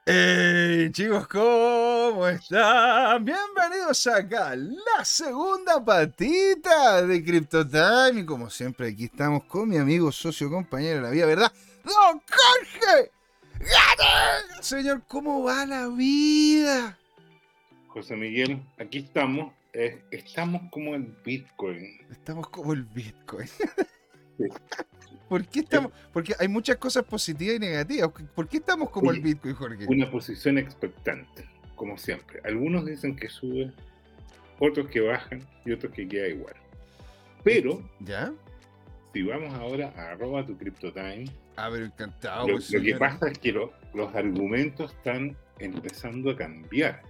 Hey chicos, ¿cómo están? Bienvenidos acá a la segunda patita de CryptoTime. Y como siempre, aquí estamos con mi amigo, socio, compañero de la vida, ¿verdad? ¡Don Jorge! ¡Gate! Señor, ¿cómo va la vida? José Miguel, aquí estamos. Estamos como el Bitcoin. Estamos como el Bitcoin. Sí. ¿Por qué estamos? Porque hay muchas cosas positivas y negativas. ¿Por qué estamos como el Oye, Bitcoin, Jorge? una posición expectante, como siempre. Algunos dicen que sube, otros que bajan y otros que queda igual. Pero, ¿Ya? si vamos ahora a @tucryptotime, A ver, encantado, lo, pues lo que señor. pasa es que los argumentos están empezando a cambiar.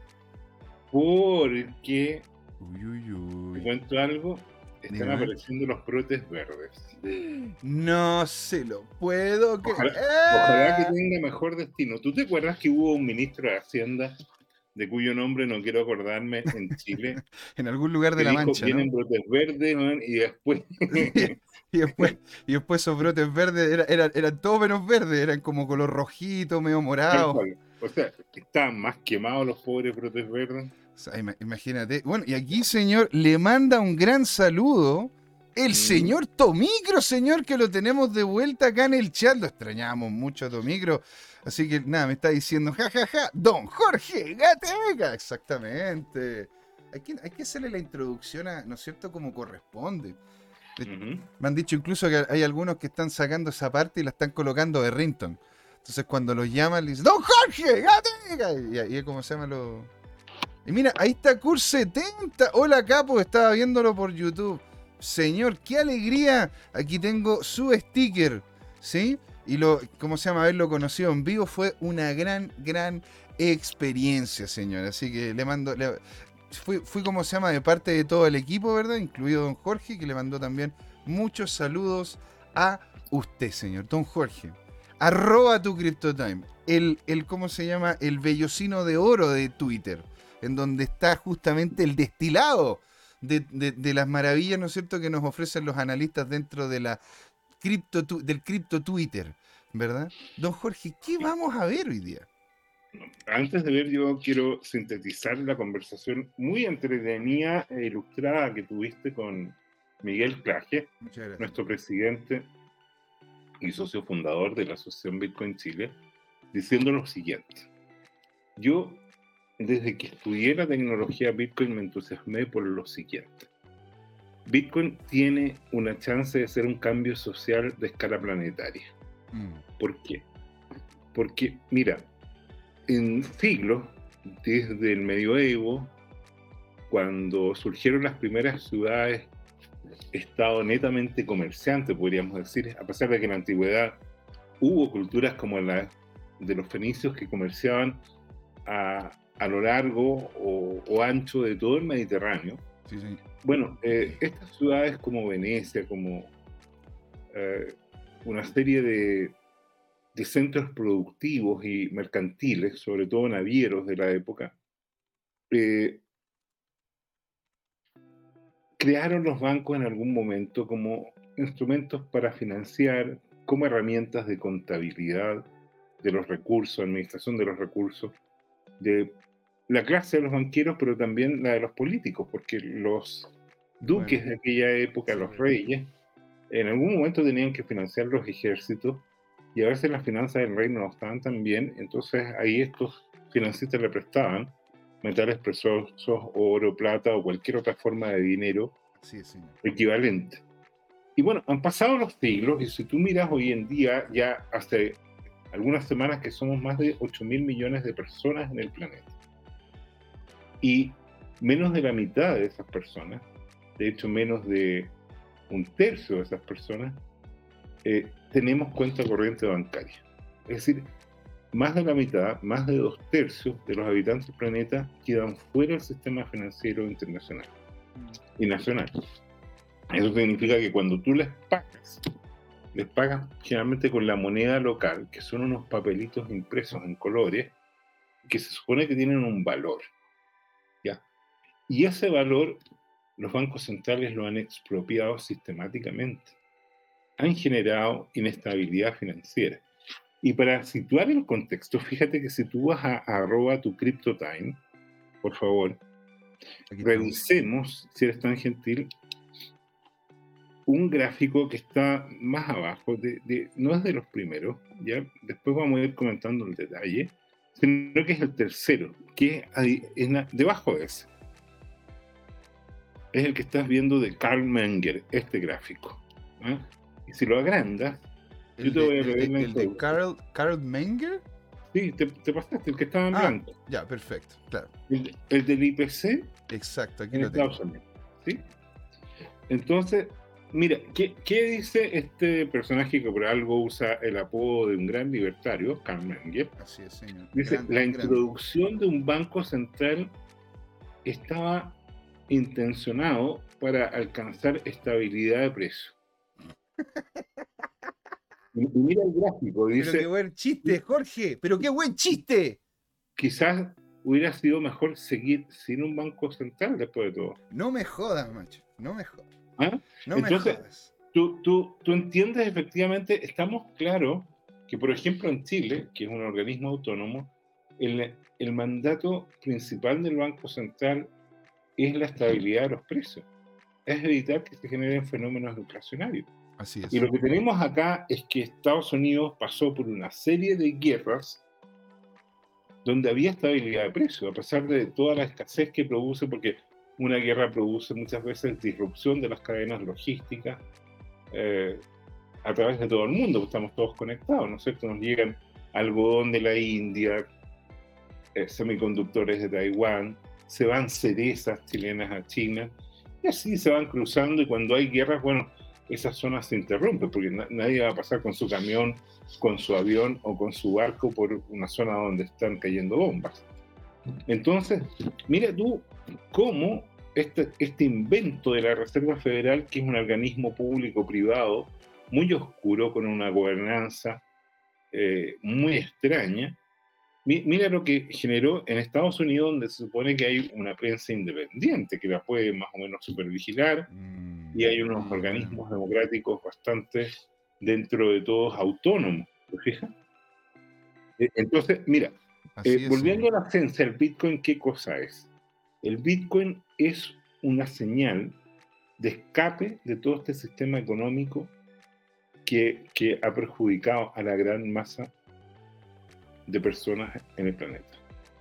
Porque, Uy, uy, te uy. cuento algo, están Dime. apareciendo los brotes verdes. No se lo puedo Ojalá, ojalá que creer. tenga mejor destino. ¿Tú te acuerdas que hubo un ministro de Hacienda, de cuyo nombre no quiero acordarme, en Chile, En algún lugar que de la dijo, Mancha, ¿no? vienen brotes verdes, man, y después, Y después, y después esos brotes verdes eran todo menos verdes, eran como color rojito, medio tal morado. cual. O sea, estaban más quemados los pobres brotes verdes. O sea, imagínate. Bueno, y aquí, señor, le manda un gran saludo el Mm. señor Tomicro, señor, que lo tenemos de vuelta acá en el chat. Lo extrañamos mucho a Tomicro. Así que nada, me está diciendo, jajaja, don Jorge Gatega. Exactamente. Hay que hacerle la introducción, ¿no es cierto?, como corresponde. Ujú. Me han dicho incluso que hay algunos que están sacando esa parte y la están colocando de ringtone. Entonces cuando los llaman, le dicen, ¡Don Jorge! ¡Gatega! Y ahí, ¿cómo se llama? Y mira, ahí está Cur70. Hola, capo, estaba viéndolo por YouTube. Señor, qué alegría. Aquí tengo su sticker, ¿sí? Y ¿cómo se llama? Haberlo conocido en vivo fue una gran experiencia, señor. Así que le mando... fui, como se llama, de parte de todo el equipo, ¿verdad? Incluido don Jorge, que le mandó también muchos saludos a usted, señor. Don Jorge, arroba tu CryptoTime. ¿Cómo se llama? El vellocino de oro de Twitter, en donde está justamente el destilado de las maravillas, ¿no es cierto?, que nos ofrecen los analistas dentro de del cripto Twitter, ¿verdad? Don Jorge, ¿qué vamos a ver hoy día? Antes de ver, yo quiero sintetizar la conversación muy entretenida e ilustrada que tuviste con Miguel Claje, Muchas gracias. nuestro presidente y socio fundador de la Asociación Bitcoin Chile, diciendo lo siguiente. Yo, desde que estudié la tecnología Bitcoin, me entusiasmé por lo siguiente. Bitcoin tiene una chance de ser un cambio social de escala planetaria. ¿Por qué? Porque, mira, en siglos, desde el medioevo, cuando surgieron las primeras ciudades, estado netamente comerciante, podríamos decir, a pesar de que en la antigüedad hubo culturas como la de los fenicios que comerciaban a lo largo o ancho de todo el Mediterráneo. Sí, sí. Bueno, estas ciudades como Venecia, como una serie de centros productivos y mercantiles, sobre todo navieros de la época, eh, crearon los bancos en algún momento como instrumentos para financiar, como herramientas de contabilidad de los recursos, administración de los recursos, de la clase de los banqueros, pero también la de los políticos, porque los Bueno, duques de aquella época, sí, los reyes, en algún momento tenían que financiar los ejércitos y a veces las finanzas del reino no estaban tan bien, entonces ahí estos financistas le prestaban metales preciosos, oro, plata o cualquier otra forma de dinero sí, señor. equivalente. Y bueno, han pasado los siglos y si tú miras hoy en día, ya hace algunas semanas que somos más de 8.000 millones de personas en el planeta. Y menos de la mitad de esas personas, de hecho menos de un tercio de esas personas, tenemos cuenta corriente bancaria. Es decir, más de la mitad, más de 2/3 de los habitantes del planeta quedan fuera del sistema financiero internacional y nacional. Eso significa que cuando tú les pagas generalmente con la moneda local, que son unos papelitos impresos en colores, que se supone que tienen un valor. ¿Ya? Y ese valor los bancos centrales lo han expropiado sistemáticamente. Han generado inestabilidad financiera. Y para situar el contexto, fíjate que si tú vas a arroba tu CryptoTime, por favor, Aquí estamos. revisemos, si eres tan gentil, un gráfico que está más abajo, no es de los primeros, ya después vamos a ir comentando el detalle, sino que es el tercero, que debajo de ese. Es el que estás viendo de Carl Menger, este gráfico. ¿Eh? Y si lo agrandas, yo te voy a leer la el de introducción. Carl Menger. Sí, te pasaste, el que estaba en blanco. Ya, perfecto, claro. El del IPC Exacto, aquí en lo tengo. Estados Unidos. ¿Sí? Entonces, mira, ¿qué dice este personaje que por algo usa el apodo de un gran libertario, Carl Menger? Así es, señor. Dice, la introducción de un banco central estaba intencionado para alcanzar estabilidad de precio. Y mira el gráfico, dice... Pero qué buen chiste, Jorge, pero qué buen chiste. Quizás hubiera sido mejor seguir sin un banco central después de todo. No me jodas, macho, no me jodas. ¿Ah? No Entonces, me jodas. tú entiendes, efectivamente, estamos claros que, por ejemplo, en Chile, que es un organismo autónomo, el mandato principal del Banco Central es la estabilidad de los precios, es evitar que se generen fenómenos inflacionarios. Así es. Y lo que tenemos acá es que Estados Unidos pasó por una serie de guerras donde había estabilidad de precios, a pesar de toda la escasez que produce, porque una guerra produce muchas veces disrupción de las cadenas logísticas a través de todo el mundo, estamos todos conectados, ¿no es cierto? Nos llegan algodón de la India, semiconductores de Taiwán, se van cerezas chilenas a China, y así se van cruzando, y cuando hay guerras, bueno, esa zona se interrumpe, porque nadie va a pasar con su camión, con su avión o con su barco por una zona donde están cayendo bombas. Entonces, mira tú cómo este invento de la Reserva Federal, que es un organismo público-privado muy oscuro, con una gobernanza muy extraña, mira lo que generó en Estados Unidos, donde se supone que hay una prensa independiente que la puede más o menos supervigilar, y hay unos organismos democráticos bastante, dentro de todos, autónomos. ¿Te fijas? Entonces, mira, volviendo a la esencia del Bitcoin, ¿qué cosa es? El Bitcoin es una señal de escape de todo este sistema económico que ha perjudicado a la gran masa de personas en el planeta.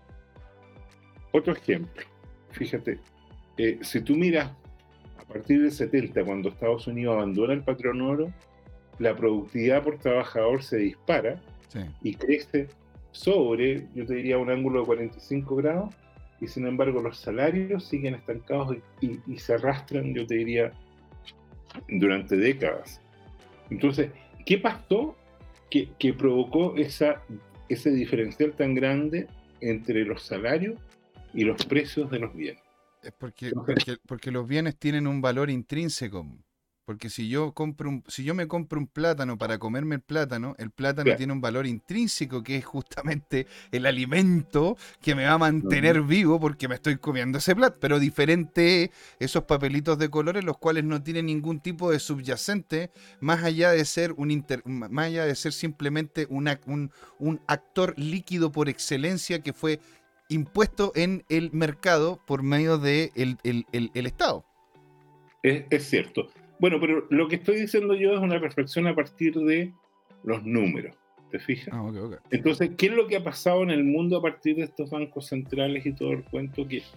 Otro ejemplo, fíjate, si tú miras a partir del 70, cuando Estados Unidos abandona el patrón oro, la productividad por trabajador se dispara y crece sobre, yo te diría, un ángulo de 45 grados, y sin embargo los salarios siguen estancados y se arrastran, yo te diría, durante décadas. Entonces, ¿qué pasó que provocó ese diferencial tan grande entre los salarios y los precios de los bienes? Es porque los bienes tienen un valor intrínseco. Porque si yo me compro un plátano para comerme el plátano Claro. tiene un valor intrínseco, que es justamente el alimento que me va a mantener vivo porque me estoy comiendo ese plátano. Pero diferente esos papelitos de colores, los cuales no tienen ningún tipo de subyacente, más allá de ser simplemente un actor líquido por excelencia que fue impuesto en el mercado por medio de el Estado. Es cierto. Bueno, pero lo que estoy diciendo yo es una reflexión a partir de los números, ¿te fijas? Okay. Entonces, ¿qué es lo que ha pasado en el mundo a partir de estos bancos centrales y todo el cuento? Que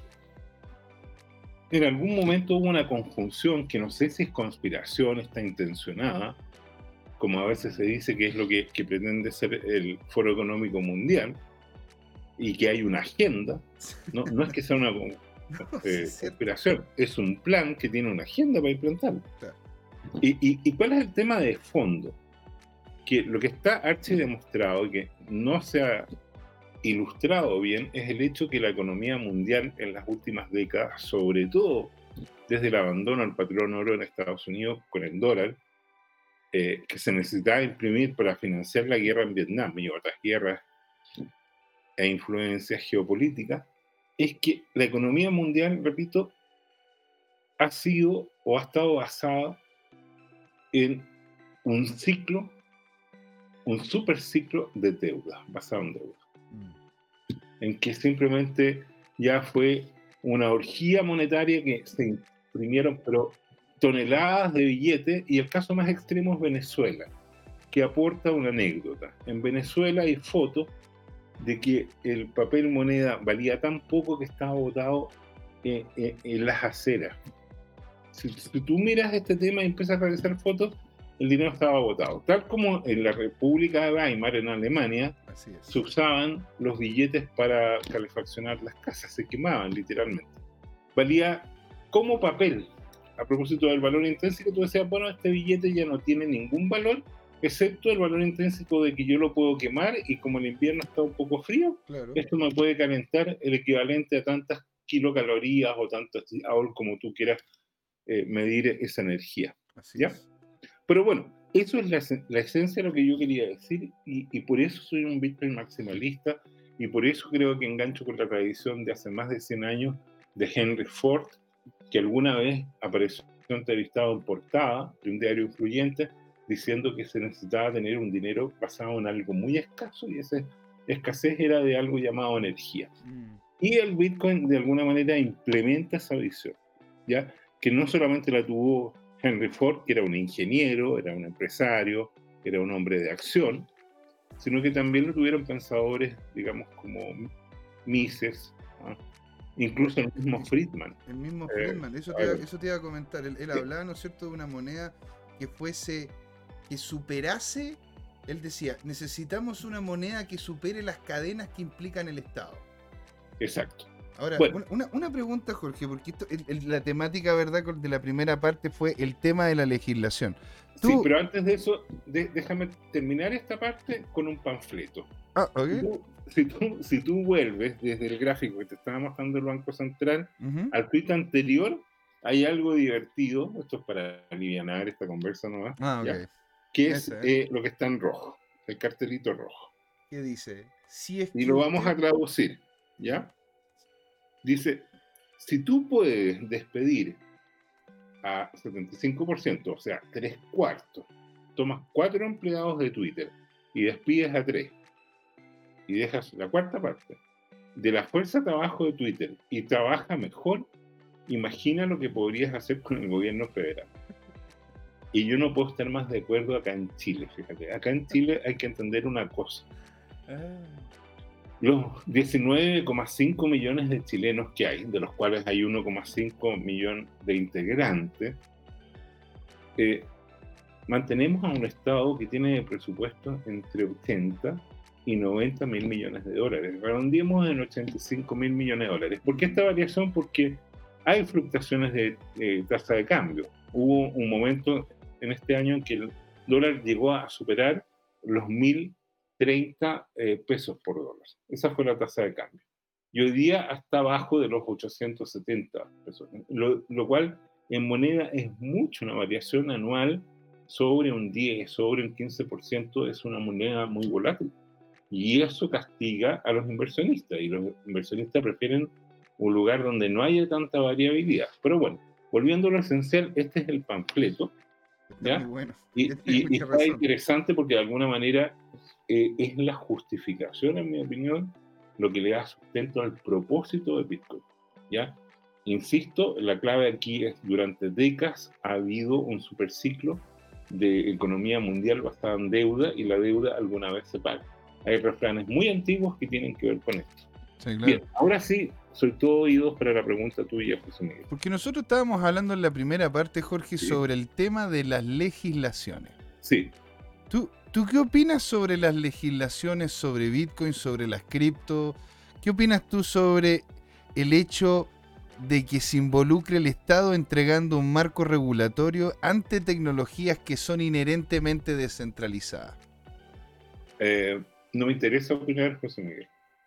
en algún momento hubo una conjunción que no sé si es conspiración, está intencionada, como a veces se dice que es lo que pretende ser el Foro Económico Mundial, y que hay una agenda, no es que sea una conspiración, es un plan que tiene una agenda para implantarlo. Claro. ¿Y cuál es el tema de fondo? Que lo que está archidemostrado y que no se ha ilustrado bien es el hecho que la economía mundial en las últimas décadas, sobre todo desde el abandono al patrón oro en Estados Unidos con el dólar, que se necesitaba imprimir para financiar la guerra en Vietnam y otras guerras e influencias geopolíticas, es que la economía mundial, repito, ha sido o ha estado basada en un ciclo un superciclo de deuda, basado en deuda, Mm. en que simplemente ya fue una orgía monetaria que se imprimieron pero toneladas de billetes, y el caso más extremo es Venezuela, que aporta una anécdota. En Venezuela hay fotos de que el papel moneda valía tan poco que estaba botado en las aceras. Si tú miras este tema y empiezas a realizar fotos, el dinero estaba botado. Tal como en la República de Weimar, en Alemania, Así es. se usaban los billetes para calefaccionar las casas, se quemaban literalmente. Valía como papel. A propósito del valor intrínseco, tú decías, bueno, este billete ya no tiene ningún valor, excepto el valor intrínseco de que yo lo puedo quemar, y como el invierno está un poco frío, Claro. esto me puede calentar el equivalente a tantas kilocalorías o tantas joule como tú quieras medir esa energía. Así ¿Ya? es. Pero bueno, eso es la esencia de lo que yo quería decir, y por eso soy un Bitcoin maximalista, y por eso creo que engancho con la tradición de hace más de 100 años de Henry Ford, que alguna vez apareció entrevistado en portada de un diario influyente diciendo que se necesitaba tener un dinero basado en algo muy escaso, y esa escasez era de algo llamado energía. Mm. Y el Bitcoin de alguna manera implementa esa visión, ¿ya? Que no solamente la tuvo Henry Ford, que era un ingeniero, era un empresario, era un hombre de acción, sino que también lo tuvieron pensadores, digamos, como Mises, ¿no? Incluso el mismo Friedman. El mismo Eh, Friedman, eso te iba a comentar. Él sí, hablaba, ¿no es cierto?, de una moneda que fuese, que superase. Él decía, necesitamos una moneda que supere las cadenas que implican el Estado. exacto. Ahora, Bueno, una pregunta, Jorge, porque esto, la temática, ¿verdad?, de la primera parte fue el tema de la legislación. sí, pero antes de eso, déjame terminar esta parte con un panfleto. Ok. Si tú vuelves desde el gráfico que te estaba mostrando el Banco Central al tweet anterior, hay algo divertido, esto es para alivianar esta conversa nomás, ¿ya? Ok. Que es lo que está en rojo, el cartelito rojo. ¿Qué dice? Si es Y que lo vamos usted... a traducir, ¿ya? Dice, si tú puedes despedir a 75%, o sea, 3/4, tomas 4 empleados de Twitter y despides a 3, y dejas la cuarta parte de la fuerza de trabajo de Twitter y trabaja mejor, imagina lo que podrías hacer con el gobierno federal. Y yo no puedo estar más de acuerdo acá en Chile, fíjate. Acá en Chile hay que entender una cosa. Los 19,5 millones de chilenos que hay, de los cuales hay 1,5 millón de integrantes, mantenemos a un Estado que tiene presupuesto entre 80 y 90 mil millones de dólares. Redondeemos en 85 mil millones de dólares. ¿Por qué esta variación? Porque hay fluctuaciones de tasa de cambio. Hubo un momento en este año en que el dólar llegó a superar los 1.030 pesos por dólar. Esa fue la tasa de cambio. Y hoy día está abajo de los 870 pesos, lo cual en moneda es mucho, una variación anual sobre un 10, sobre un 15%, es una moneda muy volátil. Y eso castiga a los inversionistas, y los inversionistas prefieren un lugar donde no haya tanta variabilidad. Pero bueno, volviendo a lo esencial, este es el panfleto, Está muy bueno. y está interesante porque de alguna manera es la justificación, en mi opinión, lo que le da sustento al propósito de Bitcoin, ¿ya? Insisto, la clave aquí es, durante décadas ha habido un superciclo de economía mundial basada en deuda, y la deuda alguna vez se paga. Hay refranes muy antiguos que tienen que ver con esto. Sí, claro. Bien, ahora sí, soy todo oídos para la pregunta tuya, José Miguel. Porque nosotros estábamos hablando en la primera parte, Jorge, Sí. sobre el tema de las legislaciones. Sí. ¿Tú qué opinas sobre las legislaciones sobre Bitcoin, sobre las cripto? ¿Qué opinas tú sobre el hecho de que se involucre el Estado entregando un marco regulatorio ante tecnologías que son inherentemente descentralizadas? No me interesa opinar, José Miguel.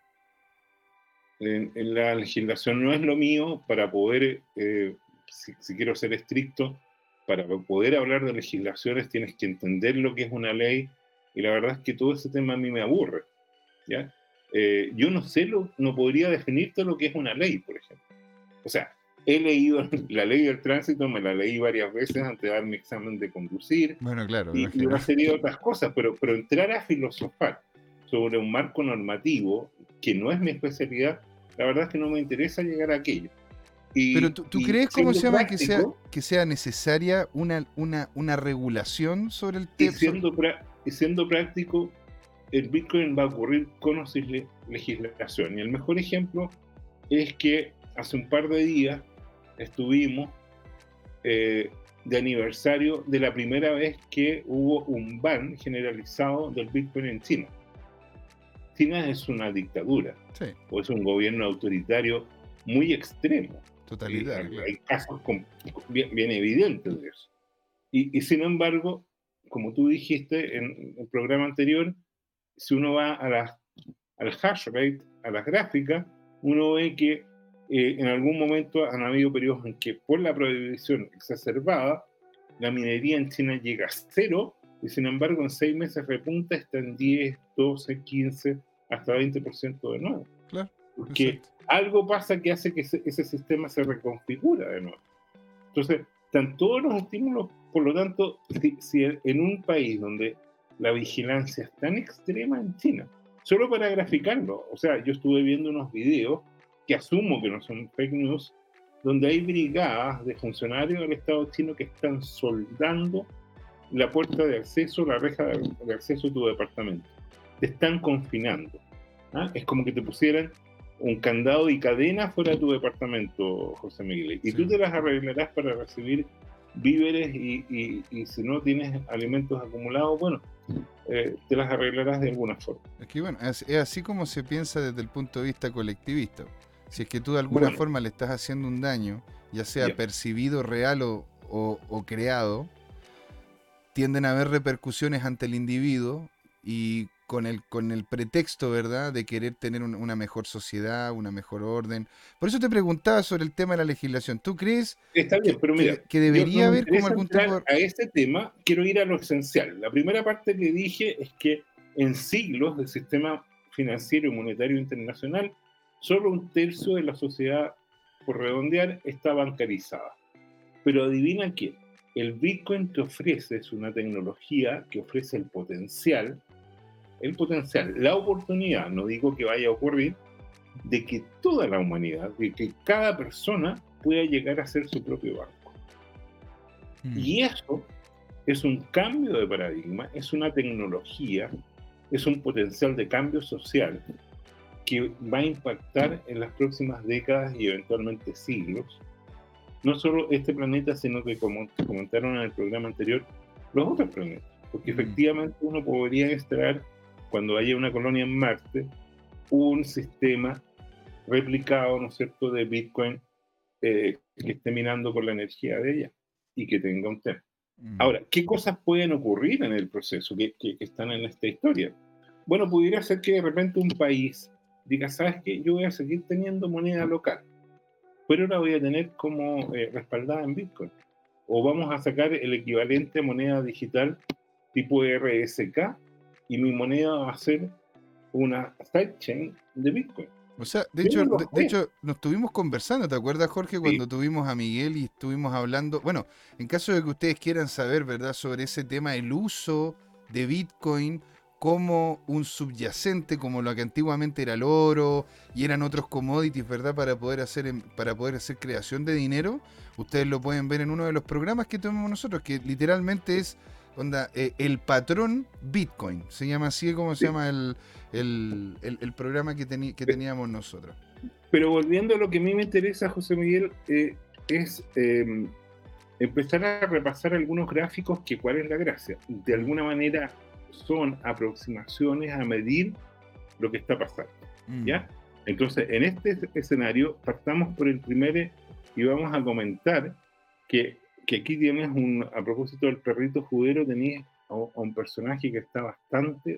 En la legislación no es lo mío. Para poder, si quiero ser estricto, para poder hablar de legislaciones tienes que entender lo que es una ley, y la verdad es que todo ese tema a mí me aburre, ¿ya? Yo no podría definirte lo que es una ley, por ejemplo. O sea, he leído la ley del tránsito, me la leí varias veces antes de dar mi examen de conducir, Bueno, claro, me y imagino. una serie de otras cosas, pero entrar a filosofar sobre un marco normativo, que no es mi especialidad, la verdad es que no me interesa llegar a aquello. Pero tú Y crees, ¿cómo se siendo llama, práctico, que sea necesaria una regulación sobre el y tema? siendo práctico, el Bitcoin va a ocurrir con o sin legislación. Y el mejor ejemplo es que hace un par de días estuvimos de aniversario de la primera vez que hubo un ban generalizado del Bitcoin en China. China es una dictadura, Sí, o es un gobierno autoritario muy extremo. totalitario, claro. Hay casos bien evidentes de eso. Y sin embargo, como tú dijiste en el programa anterior, si uno va al hash rate, a las gráficas, uno ve que en algún momento han habido periodos en que por la prohibición exacerbada, la minería en China llega a cero, y sin embargo en 6 meses repunta, está en 10, 12, 15, hasta 20% de nuevo. Claro, Porque exacto. algo pasa que hace que ese sistema se reconfigura de nuevo. Entonces, están todos los estímulos, por lo tanto, si en un país donde la vigilancia es tan extrema en China, solo para graficarlo, o sea, yo estuve viendo unos videos que asumo que no son fake news, donde hay brigadas de funcionarios del Estado chino que están soldando la puerta de acceso, la reja de acceso a tu departamento. Te están confinando. ¿Ah? Es como que te pusieran un candado y cadena fuera de tu departamento, José Miguel. Y Sí. tú te las arreglarás para recibir víveres y si no tienes alimentos acumulados, bueno, te las arreglarás de alguna forma. Es que bueno, es así como se piensa desde el punto de vista colectivista. Si es que tú de alguna forma le estás haciendo un daño, ya sea percibido, real o creado, tienden a haber repercusiones ante el individuo y con el pretexto, ¿verdad?, de querer tener una mejor sociedad, una mejor orden. Por eso te preguntaba sobre el tema de la legislación. ¿Tú crees Está bien, pero mira, que debería no me haber como algún tipo de... a ese tema, quiero ir a lo esencial. La primera parte que dije es que en siglos del sistema financiero y monetario internacional, solo 1/3 de la sociedad, por redondear, está bancarizada. Pero adivina qué, el Bitcoin que ofrece es una tecnología que ofrece el potencial, la oportunidad, no digo que vaya a ocurrir, de que toda la humanidad, de que cada persona pueda llegar a ser su propio banco. Y eso es un cambio de paradigma, es una tecnología, es un potencial de cambio social que va a impactar en las próximas décadas y eventualmente siglos, no solo este planeta, sino que, como te comentaron en el programa anterior, los otros planetas. Porque efectivamente uno podría instalar, cuando haya una colonia en Marte, un sistema replicado, ¿no es cierto?, de Bitcoin que esté minando con la energía de ella y que tenga un tema. Ahora, ¿qué cosas pueden ocurrir en el proceso que están en esta historia? Bueno, pudiera ser que de repente un país diga, ¿sabes qué? Yo voy a seguir teniendo moneda local, pero la voy a tener como respaldada en Bitcoin. O vamos a sacar el equivalente a moneda digital tipo RSK y mi moneda va a ser una sidechain de Bitcoin. O sea, de hecho, nos estuvimos conversando, ¿te acuerdas, Jorge, cuando tuvimos a Miguel y estuvimos hablando? Bueno, en caso de que ustedes quieran saber, ¿verdad?, sobre ese tema, el uso de Bitcoin como un subyacente, como lo que antiguamente era el oro y eran otros commodities, ¿verdad?, para poder hacer creación de dinero, ustedes lo pueden ver en uno de los programas que tenemos nosotros, que literalmente es el patrón Bitcoin, se llama así como se llama el programa que teníamos nosotros. Pero volviendo a lo que a mí me interesa, José Miguel, es empezar a repasar algunos gráficos que cuál es la gracia. De alguna manera son aproximaciones a medir lo que está pasando, ¿ya? Entonces, en este escenario, partamos por el primero y vamos a comentar que aquí tienes a propósito del perrito judero, tenías a un personaje que está bastante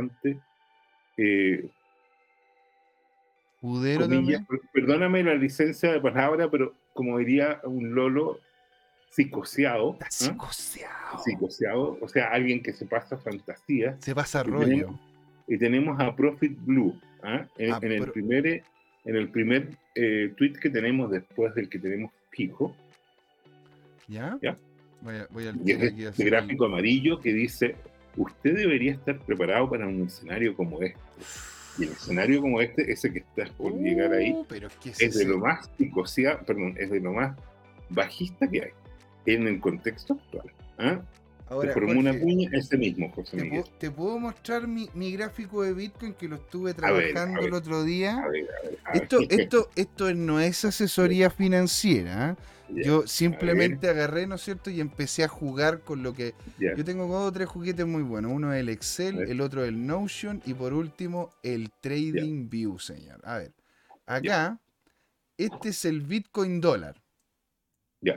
¿Judero comillas, también? perdóname la licencia de palabra, pero como diría un lolo, psicoseado. Psicoseado, o sea, alguien que se pasa fantasía. Se pasa rollo. Y tenemos a Profit Blue, ¿eh? En el primer en el primer tweet que tenemos después del que tenemos fijo, ¿Ya? ¿ya? Voy al Y es tiro aquí a este hacer gráfico amarillo que dice, usted debería estar preparado para un escenario como este. Y el escenario como este, ese que estás por llegar ahí, pero es que es de lo más es de lo más bajista que hay en el contexto actual. ¿Ah? Ahora, Te formó una Jorge, cuña ese mismo, José Miguel. te puedo mostrar mi gráfico de Bitcoin que lo estuve A ver, trabajando el otro día. a ver, a ver. Esto no es asesoría financiera. ¿Eh? Ya, Yo simplemente agarré, ¿no es cierto? Y empecé a jugar con lo que... ya, Yo tengo 2 o 3 juguetes muy buenos. Uno es el a Excel, ver, el otro el Notion y por último el ya, Trading View, señor. A ver, ya, acá, este es el Bitcoin dólar. ya.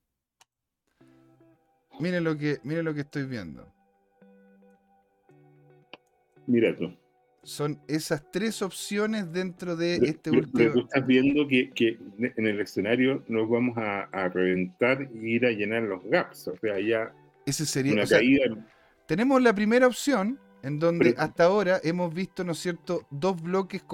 Miren lo que estoy viendo. Mira tú. Son esas 3 opciones dentro de este Pero último... tú estás viendo que en el escenario nos vamos a reventar y ir a llenar los gaps. O sea, ya Ese sería, o una sea, caída. tenemos la primera opción, en donde Pero, hasta ahora hemos visto, ¿no es cierto?, dos bloques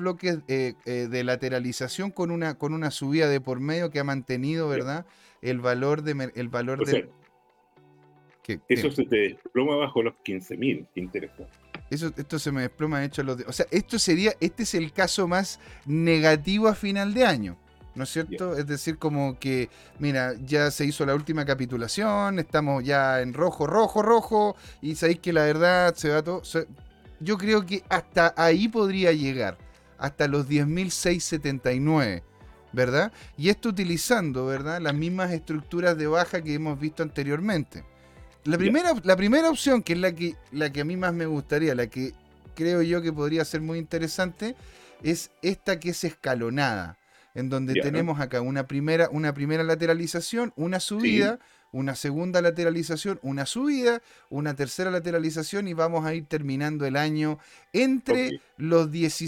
de lateralización con una subida de por medio que ha mantenido, ya, ¿verdad?, el valor el valor o sea, del... ¿Qué? eso se te desploma bajo los 15.000. Qué interesante. Esto se me desploma, de hecho, o sea, este es el caso más negativo a final de año, ¿no es Ya, cierto? Es decir, como que, mira, ya se hizo la última capitulación, estamos ya en rojo, y sabéis que la verdad se va todo... Yo creo que hasta ahí podría llegar, hasta los 10.679, ¿verdad? Y esto utilizando, ¿verdad?, las mismas estructuras de baja que hemos visto anteriormente. La ya, primera opción, que es la que a mí más me gustaría, la que creo yo que podría ser muy interesante, es esta que es escalonada, en donde ya. tenemos acá una primera lateralización, una Sí, subida, una segunda lateralización, una subida, una tercera lateralización y vamos a ir terminando el año ok, entre los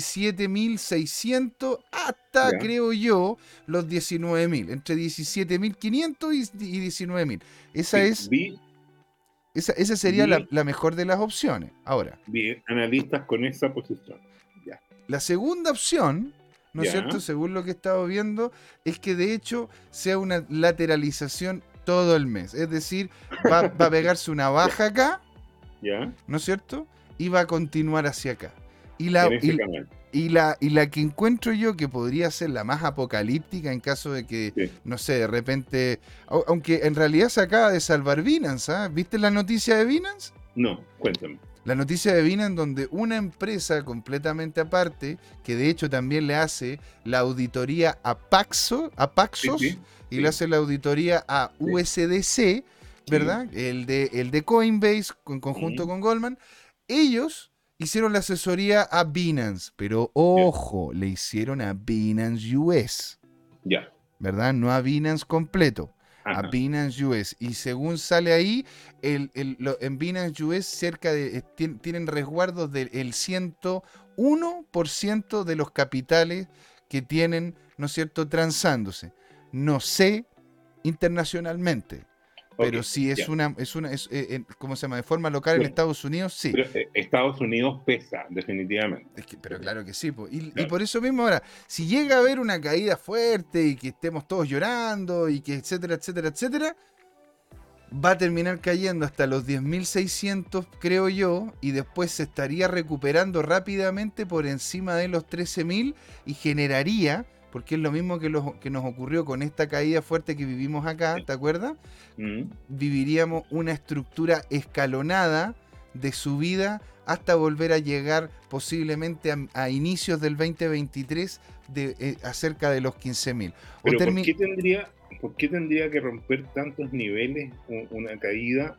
17.600 hasta, ya. creo yo, los 19.000, entre 17.500 y 19.000. Esa Sí, es esa sería vi, la mejor de las opciones. Ahora, vi analistas con esa posición. Ya, la segunda opción, ¿no es cierto? ya, Según lo que he estado viendo, es que de hecho sea una lateralización todo el mes. Es decir, va a pegarse una ya, baja acá, ya, ¿no es cierto? Y va a continuar hacia acá. Y la, en ese canal. y la que encuentro yo que podría ser la más apocalíptica en caso de que, Sí. no sé, de repente... Aunque en realidad se acaba de salvar Binance, ¿ah? ¿Viste la noticia de Binance? No, cuéntame. La noticia de Binance donde una empresa completamente aparte, que de hecho también le hace la auditoría a Sí, Paxos sí, y le sí, hace la auditoría a sí, USDC, sí, ¿verdad? El de Coinbase en conjunto mm, con Goldman. Ellos hicieron la asesoría a Binance, pero ya, ojo, le hicieron a Binance US, ya, ¿verdad? No a Binance completo, a ajá, Binance US. Y según sale ahí, en Binance US tienen resguardos del 101% de los capitales que tienen, ¿no es cierto?, transándose. No sé internacionalmente, ok, pero si ya. ¿cómo se llama? De forma local en Bueno, Estados Unidos, sí. pero Estados Unidos pesa, definitivamente. Pero claro que sí, po. Y Claro, por eso mismo ahora, si llega a haber una caída fuerte y que estemos todos llorando y que etcétera, etcétera, etcétera, va a terminar cayendo hasta los 10.600, creo yo, y después se estaría recuperando rápidamente por encima de los 13.000 y generaría, porque es lo mismo que nos ocurrió con esta caída fuerte que vivimos acá, sí. ¿te acuerdas? Mm, Viviríamos una estructura escalonada de subida hasta volver a llegar posiblemente a inicios del 2023 a cerca de los 15.000. Pero por qué tendría que romper tantos niveles una caída?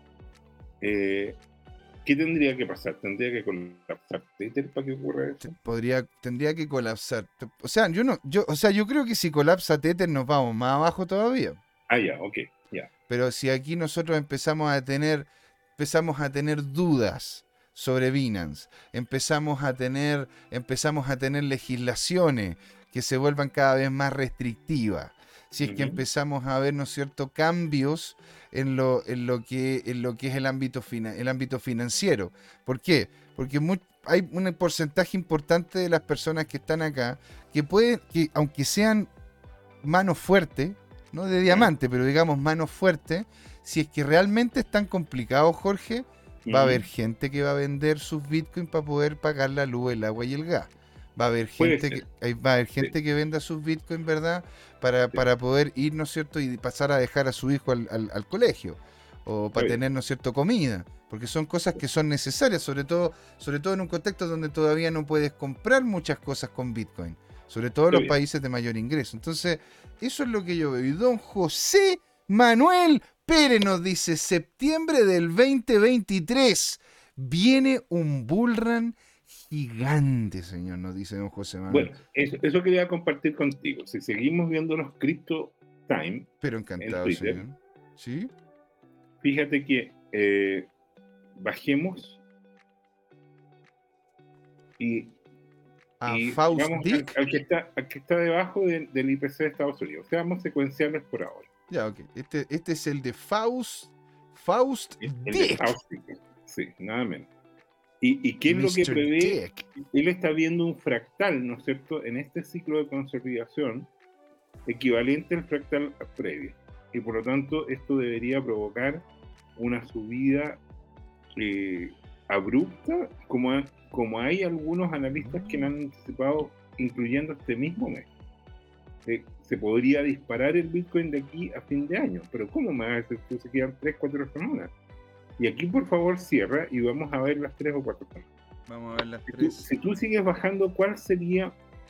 ¿Qué tendría que pasar? ¿Tendría que colapsar Tether para que ocurra eso? Tendría que colapsar. O sea, yo creo que si colapsa Tether nos vamos más abajo todavía. Ah, ya, ok, ya. Pero si aquí nosotros empezamos a tener dudas sobre Binance, empezamos a tener legislaciones que se vuelvan cada vez más restrictivas, si es que Ujú. empezamos a ver, ¿no es cierto?, cambios en lo que es el ámbito financiero. ¿Por qué? Porque hay un porcentaje importante de las personas que están acá que aunque sean manos fuertes, no de diamante, pero digamos manos fuertes, si es que realmente están complicados, Jorge, va a haber gente que va a vender sus bitcoins para poder pagar la luz, el agua y el gas. Va a haber gente va a haber gente que venda sus bitcoins, ¿verdad? Para poder ir, ¿no es cierto? Y pasar a dejar a su hijo al colegio. O para tener, ¿no es cierto?, comida. Porque son cosas que son necesarias, sobre todo en un contexto donde todavía no puedes comprar muchas cosas con bitcoin. Sobre todo en los países de mayor ingreso. Entonces, eso es lo que yo veo. Y don José Manuel Pérez nos dice, septiembre del 2023, viene un bullrun gigante, señor, nos dice don José Manuel. Bueno, eso quería compartir contigo. Si seguimos viendo los Crypto Time pero encantado, en Twitter, señor. ¿Sí? Fíjate que bajemos y Faust vamos Dick. al que está debajo del IPC de Estados Unidos. O sea, vamos secuenciarlos por ahora. Ya, ok. Este es el de Faust El Dick. de Faust Dick. Sí, nada menos. ¿Y qué es lo que prevé? Dick. Él está viendo un fractal, ¿no es cierto?, en este ciclo de consolidación equivalente al fractal previo. Y por lo tanto, esto debería provocar una subida abrupta, como hay algunos analistas que la han anticipado, incluyendo este mismo mes. Se podría disparar el Bitcoin de aquí a fin de año. Pero ¿cómo me vas a decir tú? Se quedan 3-4 semanas. Y aquí, por favor, cierra y vamos a ver las 3 o 4 semanas. Vamos a ver las 3. Si tú sigues bajando, ¿cuál sería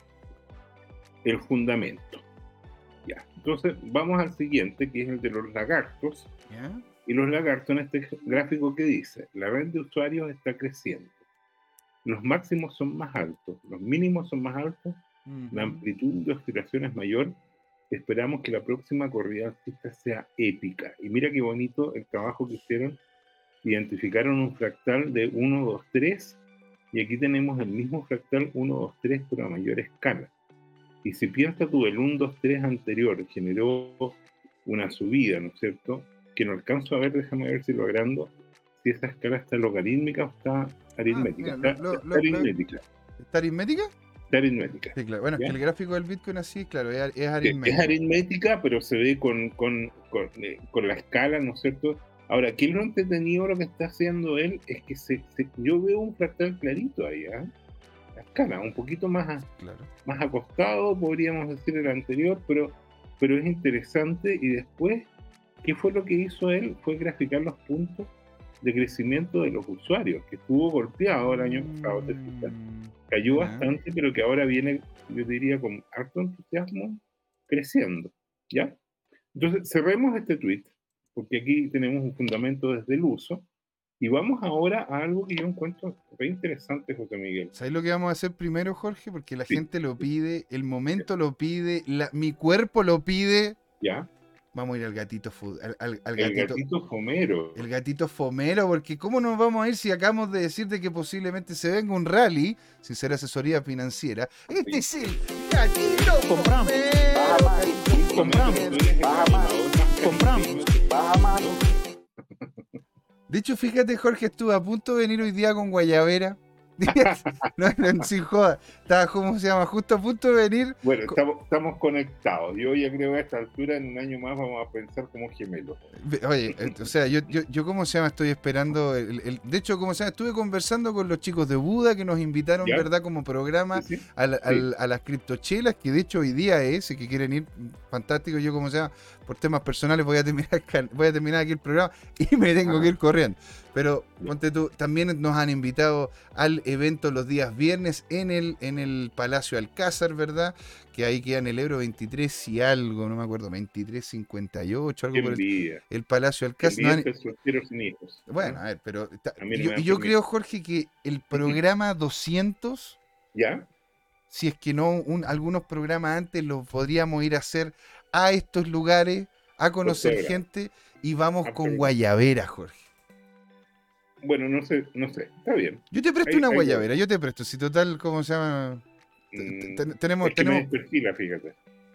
el fundamento? Ya, entonces vamos al siguiente, que es el de los lagartos. ¿Ya? Y los lagartos en este gráfico que dice, la red de usuarios está creciendo. Los máximos son más altos, los mínimos son más altos, la amplitud de oscilación es mayor. Esperamos que la próxima corrida alcista sea épica. Y mira qué bonito el trabajo que hicieron. Identificaron un fractal de 1, 2, 3, y aquí tenemos el mismo fractal 1, 2, 3, pero a mayor escala. Y si piensas tú, el 1, 2, 3 anterior generó una subida, ¿no es cierto?, que no alcanzo a ver, déjame ver si lo agrando, si esa escala está logarítmica o está aritmética. Mira, está aritmética. ¿Está aritmética? Está aritmética. Sí, claro. Bueno, ¿ya? Es que el gráfico del Bitcoin así, claro, es aritmética. Es aritmética, pero se ve con la escala, ¿no es cierto? Ahora, ¿qué es lo entretenido lo que está haciendo él? Es que yo veo un fractal clarito ahí, ¿eh? La escala, un poquito más acostado, podríamos decir, el anterior, pero es interesante. Y después, ¿qué fue lo que hizo él? Fue graficar los puntos de crecimiento de los usuarios, que estuvo golpeado el año pasado, ¿te fijas? Cayó bastante, pero que ahora viene, yo diría, con harto entusiasmo, creciendo, ¿ya? Entonces, cerremos este tweet, porque aquí tenemos un fundamento desde el uso, y vamos ahora a algo que yo encuentro re interesante, José Miguel. ¿Sabes lo que vamos a hacer primero, Jorge? Porque la gente lo pide, el momento lo pide, mi cuerpo lo pide. ¿Ya? Vamos a ir al gatito al gatito fomero. El gatito fomero, porque ¿cómo nos vamos a ir si acabamos de decirte que posiblemente se venga un rally sin ser asesoría financiera? Este es el gatito Compramos. De hecho, fíjate, Jorge, estuve a punto de venir hoy día con guayabera. no, sin joda. Estaba, ¿cómo se llama? Justo a punto de venir. Bueno, estamos conectados. Yo ya creo que a esta altura, en un año más, vamos a pensar como gemelos. Oye, o sea, yo ¿cómo se llama? Estoy esperando. De hecho, ¿cómo se llama? Estuve conversando con los chicos de Buda que nos invitaron, ¿Ya? ¿verdad? Como programa Sí. a las criptochelas, que de hecho hoy día si que quieren ir, fantástico. Yo, ¿cómo se llama? Por temas personales voy a terminar aquí el programa y me tengo que ir corriendo. Pero ponte tú, también nos han invitado al evento los días viernes en el Palacio Alcázar, ¿verdad? Que ahí queda en el Euro 23 y algo, no me acuerdo, 2358, algo por el Palacio Alcázar. Bueno, a ver, pero yo creo, Jorge, que el programa 200, ¿ya? Si es que no algunos programas antes los podríamos ir a hacer a estos lugares, a conocer gente, y vamos con guayabera, Jorge. Bueno, no sé, está bien. Yo te presto una guayabera, yo te presto, si total, ¿cómo se llama? Tenemos... Me perfila, fíjate.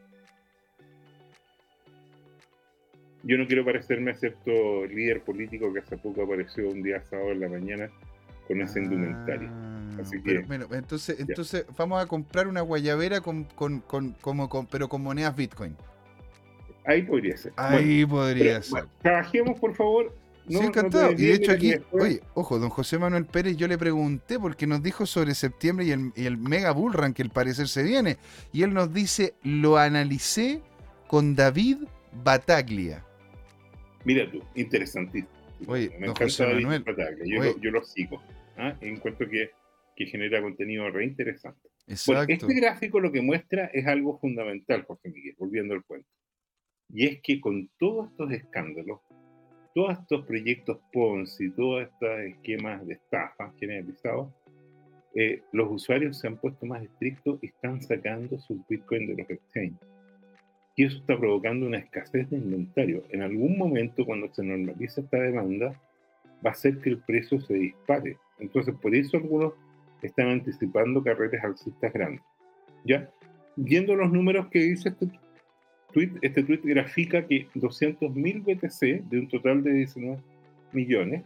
Yo no quiero parecerme a cierto líder político que hace poco apareció un día sábado en la mañana con esa indumentaria. Así pero que, bueno, ya. entonces vamos a comprar una guayabera pero con monedas Bitcoin. Ahí podría ser. Bueno, Ahí pero podría ser. bueno, trabajemos, por favor. Sí, No te encantado. Y de desvíes, hecho mira que aquí, después. oye, ojo, don José Manuel Pérez, yo le pregunté porque nos dijo sobre septiembre y el Mega Bull Run que al parecer se viene. Y él nos dice, lo analicé con David Bataglia. Mira tú, interesantísimo. Oye, Me don encanta José David Manuel, Bataglia, oye, yo lo sigo. Encuentro que genera contenido re interesante. Bueno, este exacto. gráfico lo que muestra es algo fundamental, José Miguel, volviendo al cuento. Y es que con todos estos escándalos, todos estos proyectos Ponzi, todos estos esquemas de estafa generalizados, los usuarios se han puesto más estrictos y están sacando sus bitcoins de los exchanges. Y eso está provocando una escasez de inventario. En algún momento, cuando se normalice esta demanda, va a hacer que el precio se dispare. Entonces, por eso algunos están anticipando carreras alcistas grandes. ¿Ya? Viendo los números que dice este tweet grafica que 200.000 BTC de un total de 19 millones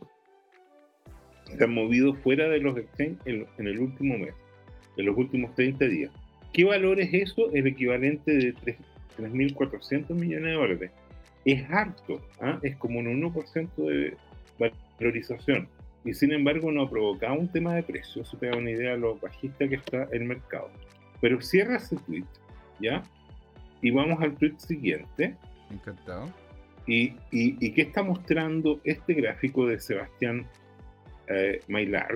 se han movido fuera de los exchanges en el último mes, en los últimos 30 días. ¿Qué valor es eso? El equivalente de 3.400 millones de dólares. Es harto, es como un 1% de valorización. Y sin embargo no ha provocado un tema de precios. Eso te da una idea de lo bajista que está el mercado. Pero cierra ese tweet, ¿ya? Y vamos al tweet siguiente. Encantado. ¿Y qué está mostrando este gráfico de Sebastián Maillard?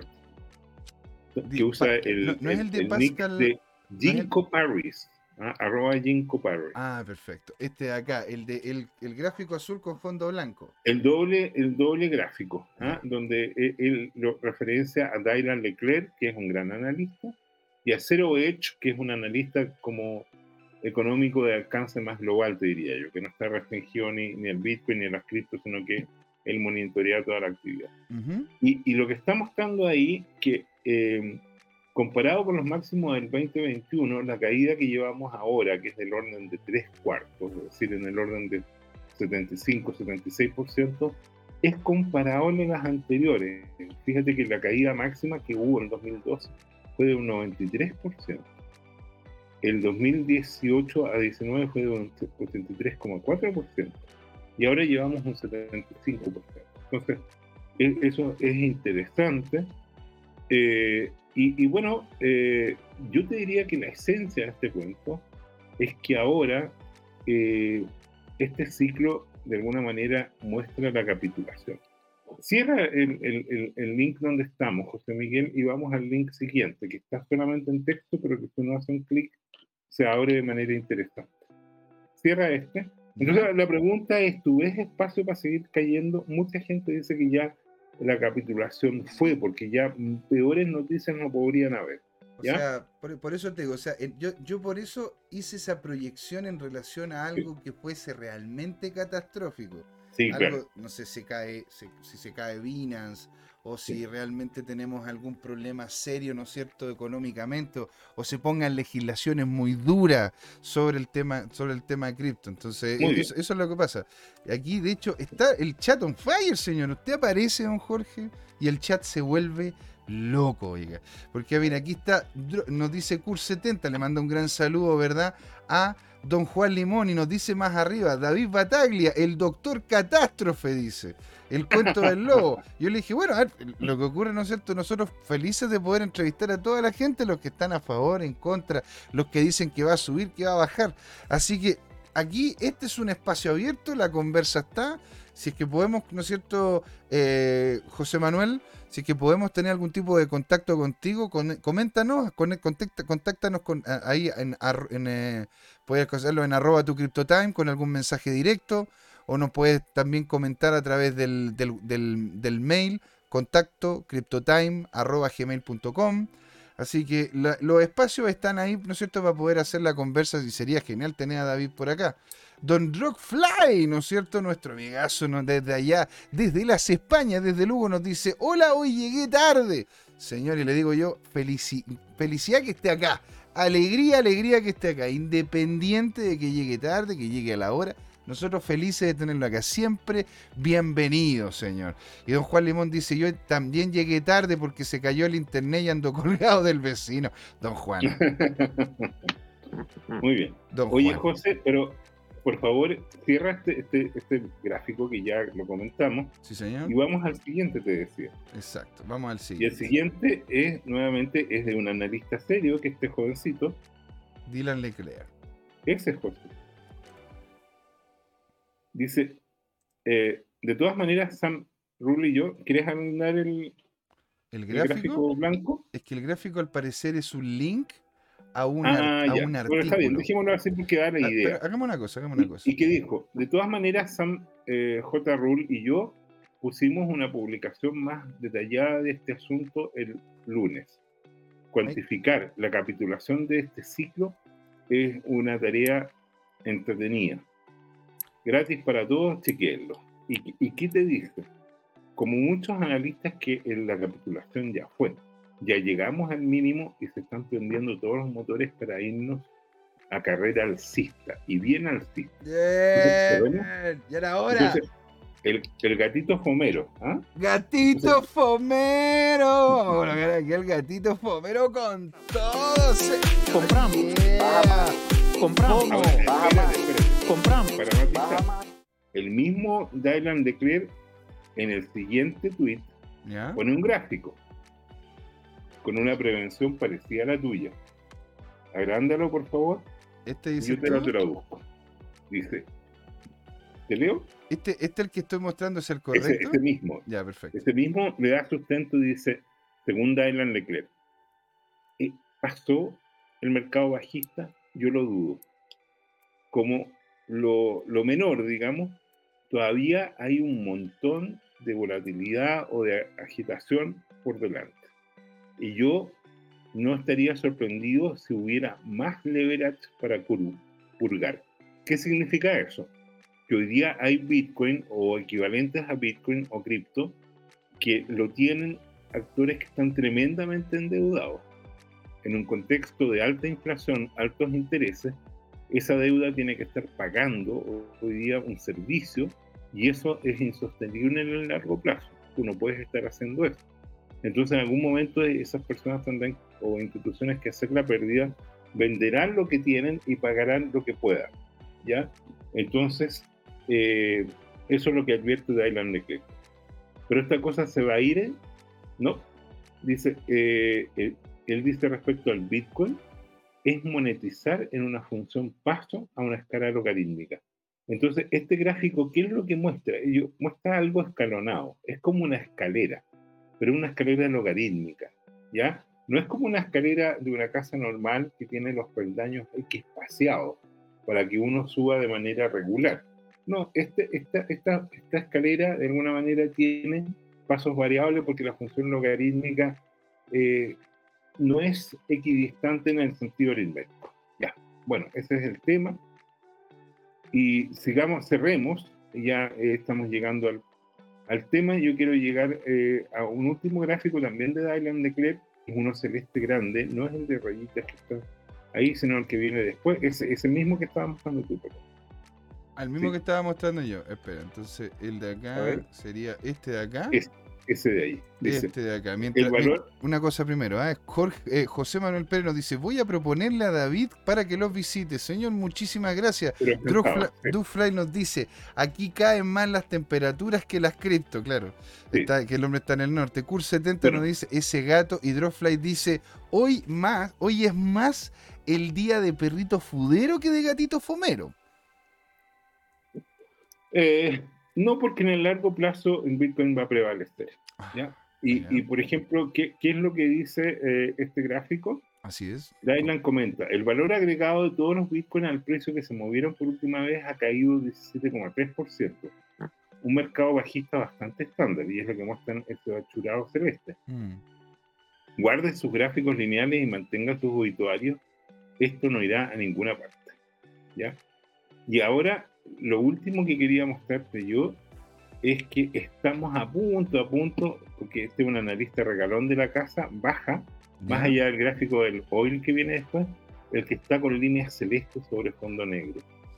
Que usa no es el de el nick Pascal. de No Ginkgo Paris, @Ginkgo Paris. Perfecto. Este de acá, el gráfico azul con fondo blanco. El doble gráfico, Ya. donde él lo referencia a Dylan Leclerc, que es un gran analista, y a Zero Edge, que es un analista como económico de alcance más global, te diría yo, que no está restringido ni al Bitcoin ni a las criptos, sino que él monitorea toda la actividad. Y lo que está mostrando ahí, que comparado con los máximos del 2021, la caída que llevamos ahora, que es del orden de 3/4, es decir, en el orden de 75-76%, es comparable a las anteriores. Fíjate que la caída máxima que hubo en 2012 fue de un 93%. El 2018 a 19 fue de un 83,4%. Y ahora llevamos un 75%. Entonces, eso es interesante. Y bueno, yo te diría que la esencia de este cuento es que ahora este ciclo de alguna manera muestra la capitulación. Cierra el link donde estamos, José Miguel, y vamos al link siguiente, que está solamente en texto, pero que si uno hace un clic se abre de manera interesante. Cierra este. Entonces la pregunta es, ¿tú ves espacio para seguir cayendo? Mucha gente dice que ya la capitulación fue, porque ya peores noticias no podrían haber. ¿Ya? O sea, por eso te digo, o sea, yo por eso hice esa proyección en relación a algo que fuese realmente catastrófico. Sí, Algo, claro. no sé, si se cae Binance, o si realmente tenemos algún problema serio, ¿no es cierto?, económicamente, o se pongan legislaciones muy duras sobre el tema de cripto. Entonces, eso es lo que pasa. Aquí, de hecho, está el chat on fire, señor. Usted aparece, don Jorge, y el chat se vuelve loco, oiga. Porque, mira, aquí está, nos dice Cur70, le manda un gran saludo, ¿verdad?, a don Juan Limón, y nos dice más arriba, David Bataglia, el doctor catástrofe, dice, el cuento del lobo. Yo le dije, bueno, a ver, lo que ocurre, ¿no es cierto?, nosotros felices de poder entrevistar a toda la gente, los que están a favor, en contra, los que dicen que va a subir, que va a bajar. Así que aquí, este es un espacio abierto, la conversa está. Si es que podemos, ¿no es cierto?, José Manuel, si es que podemos tener algún tipo de contacto contigo, coméntanos, contáctanos ahí puedes hacerlo en @tucryptotime con algún mensaje directo, o nos puedes también comentar a través del mail contacto cryptotime@gmail.com. Así que los espacios están ahí, ¿no es cierto?, para poder hacer la conversa, y sería genial tener a David por acá. Don Rockfly, ¿no es cierto?, nuestro amigazo, ¿no?, desde allá, desde las Españas, desde Lugo, nos dice, hola, hoy llegué tarde. Señor, y le digo yo, felicidad que esté acá, alegría que esté acá, independiente de que llegue tarde, que llegue a la hora, Nosotros felices de tenerlo acá. Siempre bienvenido, señor. Y don Juan Limón dice, yo también llegué tarde porque se cayó el internet y ando colgado del vecino. Don Juan. Muy bien. Don Oye, Juan. José, pero por favor, cierra este gráfico que ya lo comentamos Sí, señor. y vamos al siguiente, te decía. Exacto. Vamos al Y el siguiente. siguiente es, nuevamente, es de un analista serio, que este jovencito, Dylan Leclerc. ese es José. Dice, de todas maneras, Sam, Rule y yo, ¿quieres andar el gráfico blanco? Es que el gráfico al parecer es un link a un Ya. artículo. Bueno, está bien, dejémoslo así porque da la idea. Pero hagamos una cosa. ¿Y qué dijo? De todas maneras, Sam J. Rule y yo pusimos una publicación más detallada de este asunto el lunes. Cuantificar la capitulación de este ciclo es una tarea entretenida. Gratis para todos, chequeenlo. ¿Y qué te dice? Como muchos analistas que la capitulación ya fue. Ya llegamos al mínimo y se están prendiendo todos los motores para irnos a carrera alcista, y bien alcista. Bien, ya era hora. Entonces, el gatito fomero, ¿ah? ¡Gatito Entonces, fomero! Vamos a ver aquí el gatito fomero con todo. Compramos. Yeah. Compramos. Ahora, espérate. Compramos. Para matizar, el mismo Dylan Leclerc en el siguiente tweet ¿Ya? pone un gráfico con una prevención parecida a la tuya. Agrándalo, por favor. Este dice Yo te lo traduzco. Dice, ¿te leo? Este el que estoy mostrando es el correcto. Ese mismo. Ya, perfecto. Ese mismo le da sustento y dice, según Dylan Leclerc, ¿pasó el mercado bajista? Yo lo dudo. Como lo menor, digamos, todavía hay un montón de volatilidad o de agitación por delante. Y yo no estaría sorprendido si hubiera más leverage para purgar. ¿Qué significa eso? Que hoy día hay Bitcoin o equivalentes a Bitcoin o cripto que lo tienen actores que están tremendamente endeudados. En un contexto de alta inflación, altos intereses, esa deuda tiene que estar pagando hoy día un servicio y eso es insostenible en el largo plazo. Tú no puedes estar haciendo eso. Entonces, en algún momento esas personas tendrán, o instituciones, que hacer la pérdida, venderán lo que tienen y pagarán lo que puedan, ¿ya? Entonces, eso es lo que advierte Dylan Leclerc. Pero esta cosa se va a ir, ¿no? Dice, él dice respecto al Bitcoin, es monetizar en una función paso a una escala logarítmica. Entonces, este gráfico, ¿qué es lo que muestra? Muestra algo escalonado, es como una escalera, pero una escalera logarítmica, ¿ya? No es como una escalera de una casa normal que tiene los peldaños espaciados para que uno suba de manera regular. No, esta escalera de alguna manera tiene pasos variables porque la función logarítmica no es equidistante en el sentido aritmético. Ya, bueno, ese es el tema. Y cerremos, ya estamos llegando al tema. Yo quiero llegar a un último gráfico también de Dylan Leclerc, es uno celeste grande, no es el de rayitas que está ahí, sino el que viene después, ese mismo que estaba mostrando tú. Al mismo Sí. que estaba mostrando yo. Espera, entonces el de acá sería este de acá. Ese de ahí. Dice, Este de acá. el valor... Una cosa primero, José Manuel Pérez nos dice, voy a proponerle a David para que los visite. Señor, muchísimas gracias. Dufly nos dice, aquí caen más las temperaturas que las cripto, claro. Sí. Que el hombre está en el norte. Cur 70 nos dice, ese gato. Y Dropfly dice, hoy es más el día de perrito fudero que de gatito fomero. No, porque en el largo plazo el Bitcoin va a prevalecer, ¿ya? Y por ejemplo, ¿qué es lo que dice este gráfico? Así es. Dylan comenta, el valor agregado de todos los Bitcoin al precio que se movieron por última vez ha caído 17,3%. Un mercado bajista bastante estándar, y es lo que muestran este achurado celeste. Guarde sus gráficos lineales y mantenga sus obituarios. Esto no irá a ninguna parte, ¿ya? Y ahora, lo último que quería mostrarte yo es que estamos a punto, porque este es un analista regalón de la casa, baja, más allá del gráfico del oil que viene después, el que está con líneas celestes sobre fondo negro.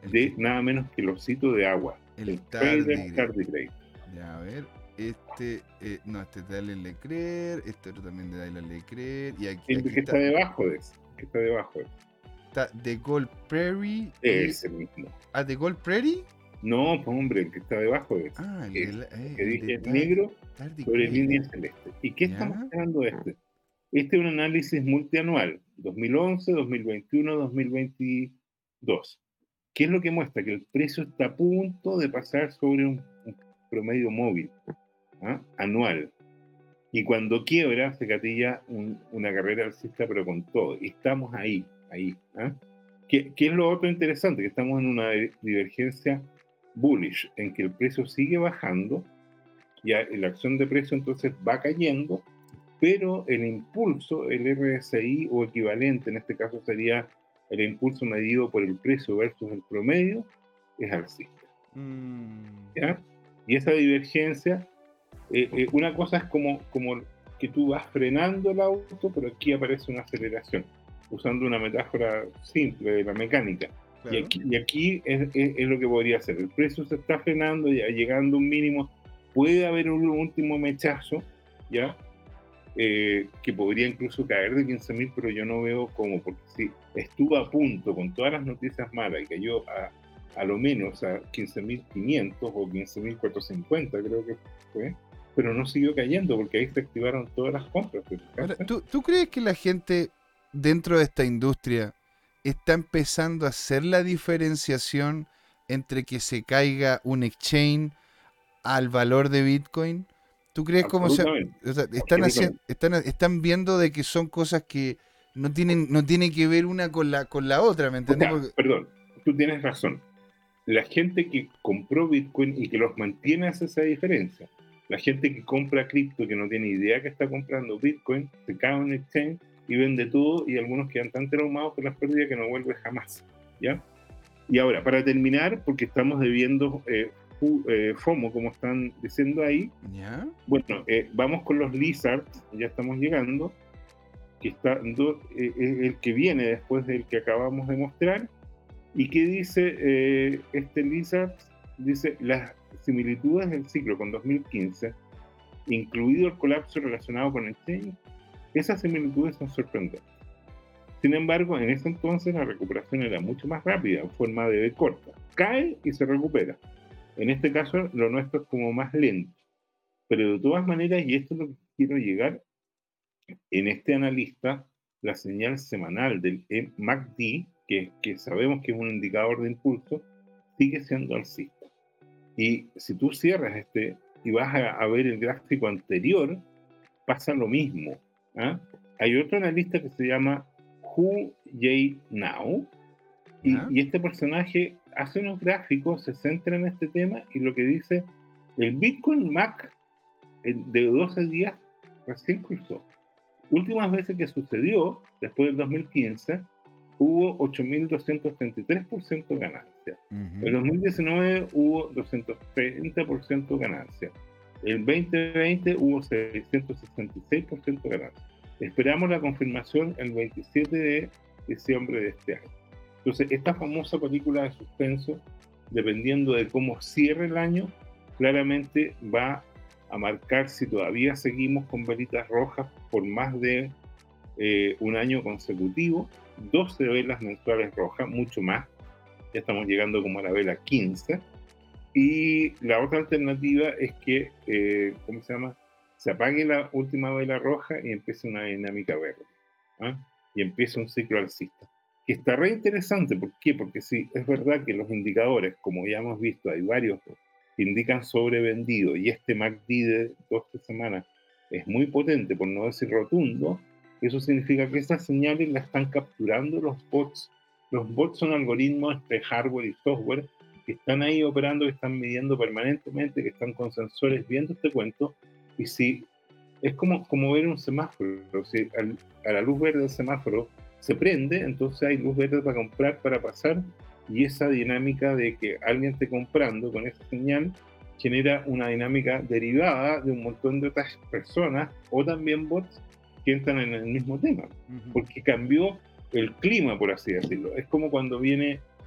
de nada menos que el osito de agua, el Trader tardigrade. Tardigrade. Ya, a ver. No, este es de Allen Leclerc, este otro también de Dylan Leclerc, y aquí, El aquí que está debajo de ese. Que está debajo de ese. está The Gold Prairie. Ese mismo. ¿The Gold Prairie? No, pues hombre, el que está debajo de ese. Ah, que el dije de negro Tardigrade. sobre línea celeste. ¿Y qué Ya. estamos hablando de este? Este es un análisis multianual, 2011, 2021, 2022. ¿Qué es lo que muestra? Que el precio está a punto de pasar sobre un promedio móvil, anual. Y cuando quiebra, se gatilla una carrera alcista, pero con todo. Y estamos ahí. ¿Qué es lo otro interesante? Que estamos en una divergencia bullish, en que el precio sigue bajando, ya la acción de precio entonces va cayendo, pero el impulso, el RSI o equivalente, en este caso sería el impulso medido por el precio versus el promedio, es alcista. ¿Ya? Y esa divergencia, una cosa es como que tú vas frenando el auto, pero aquí aparece una aceleración, usando una metáfora simple de la mecánica. Claro. Y aquí es lo que podría ser. El precio se está frenando, ya llegando a un mínimo, puede haber un último mechazo, ¿ya? Que podría incluso caer de 15.000, pero yo no veo cómo, porque si estuvo a punto con todas las noticias malas y cayó a lo menos a 15.500 o 15.450, creo que fue, pero no siguió cayendo porque ahí se activaron todas las compras. Ahora, ¿tú crees que la gente dentro de esta industria está empezando a hacer la diferenciación entre que se caiga un exchange al valor de Bitcoin? ¿Tú crees cómo se están viendo de que son cosas que no tienen que ver una con la otra, ¿me entendés? O sea, perdón, tú tienes razón. La gente que compró Bitcoin y que los mantiene hace esa diferencia. La gente que compra cripto, que no tiene idea que está comprando Bitcoin, se cae en un exchange y vende todo, y algunos quedan tan traumados por las pérdidas que no vuelve jamás, ¿ya? Y ahora, para terminar, porque estamos debiendo FOMO, como están diciendo ahí, ¿ya? Bueno, vamos con los lizards, ya estamos llegando, que está el que viene después del que acabamos de mostrar. ¿Y qué dice este lizard? Dice las similitudes del ciclo con 2015, incluido el colapso relacionado con el exchange. Esas similitudes son sorprendentes. Sin embargo, en ese entonces la recuperación era mucho más rápida, en forma de V corta. Cae y se recupera. En este caso, lo nuestro es como más lento. Pero de todas maneras, y esto es lo que quiero llegar, en este analista, la señal semanal del MACD, que sabemos que es un indicador de impulso, sigue siendo alcista. Y si tú cierras y vas a ver el gráfico anterior, pasa lo mismo. Hay otro analista que se llama Hu Jae Now, y este personaje hace unos gráficos, se centra en este tema, y lo que dice, el Bitcoin MAC de 12 días recién cruzó. Últimas veces que sucedió, después del 2015, hubo 8.233% ganancia. En 2019 hubo 230% ganancia. En 2020 hubo 666% ganancia. Esperamos la confirmación el 27 de diciembre de este año. Entonces, esta famosa película de suspenso, dependiendo de cómo cierre el año, claramente va a marcar si todavía seguimos con velitas rojas por más de un año consecutivo, 12 velas mensuales rojas, mucho más, ya estamos llegando como a la vela 15, y la otra alternativa es que, se apague la última vela roja y empiece una dinámica verde, y empiece un ciclo alcista, que está re interesante. ¿Por qué? Porque sí, es verdad que los indicadores, como ya hemos visto, hay varios que indican sobrevendido, y este MACD de 12 semanas es muy potente, por no decir rotundo. Eso significa que esas señales las están capturando los bots. Los bots son algoritmos entre hardware y software que están ahí operando, que están midiendo permanentemente, que están con sensores viendo este cuento, y si es como ver un semáforo, si a la luz verde del semáforo se prende, entonces hay luz verde para comprar, para pasar, y esa dinámica de que alguien esté comprando con esa señal genera una dinámica derivada de un montón de otras personas o también bots que entran en el mismo tema, porque cambió el clima, por así decirlo. Es como cuando viene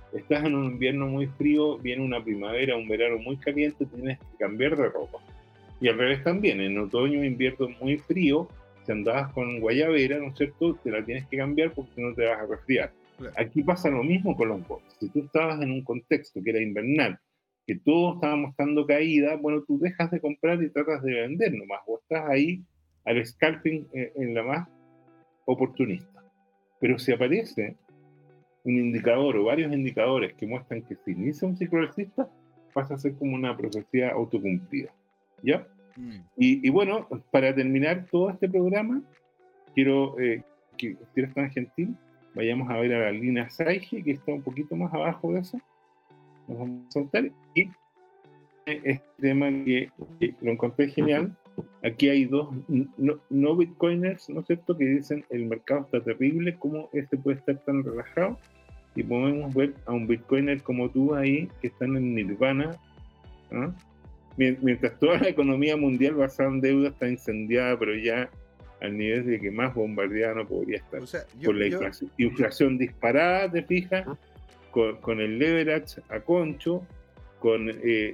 estás en un invierno muy frío, viene una primavera, un verano muy caliente, tienes que cambiar de ropa. Y al revés también, en otoño, invierno muy frío, si andabas con guayabera, ¿no es cierto?, te la tienes que cambiar porque si no te vas a resfriar. Claro. Aquí pasa lo mismo con los bonos. Si tú estabas en un contexto que era invernal, que todos estábamos dando caída, bueno, tú dejas de comprar y tratas de vender nomás, o estás ahí al scalping en la más oportunista. Pero si aparece un indicador o varios indicadores que muestran que se inicia un ciclo alcista, pasa a ser como una profecía autocumplida. ¿Ya? Y bueno, para terminar todo este programa, quiero que, si eres tan gentil, vayamos a ver a la línea Saige, que está un poquito más abajo de eso. Nos vamos a saltar. Y este tema que lo encontré genial. Aquí hay dos no bitcoiners, ¿no es cierto?, que dicen el mercado está terrible, ¿cómo este puede estar tan relajado? Y podemos ver a un bitcoiner como tú ahí, que están en nirvana, ¿no? Mientras toda la economía mundial basada en deuda está incendiada, pero ya al nivel de que más bombardeada no podría estar. O sea, con la inflación disparada, ¿te fijas? Con el leverage a concho, con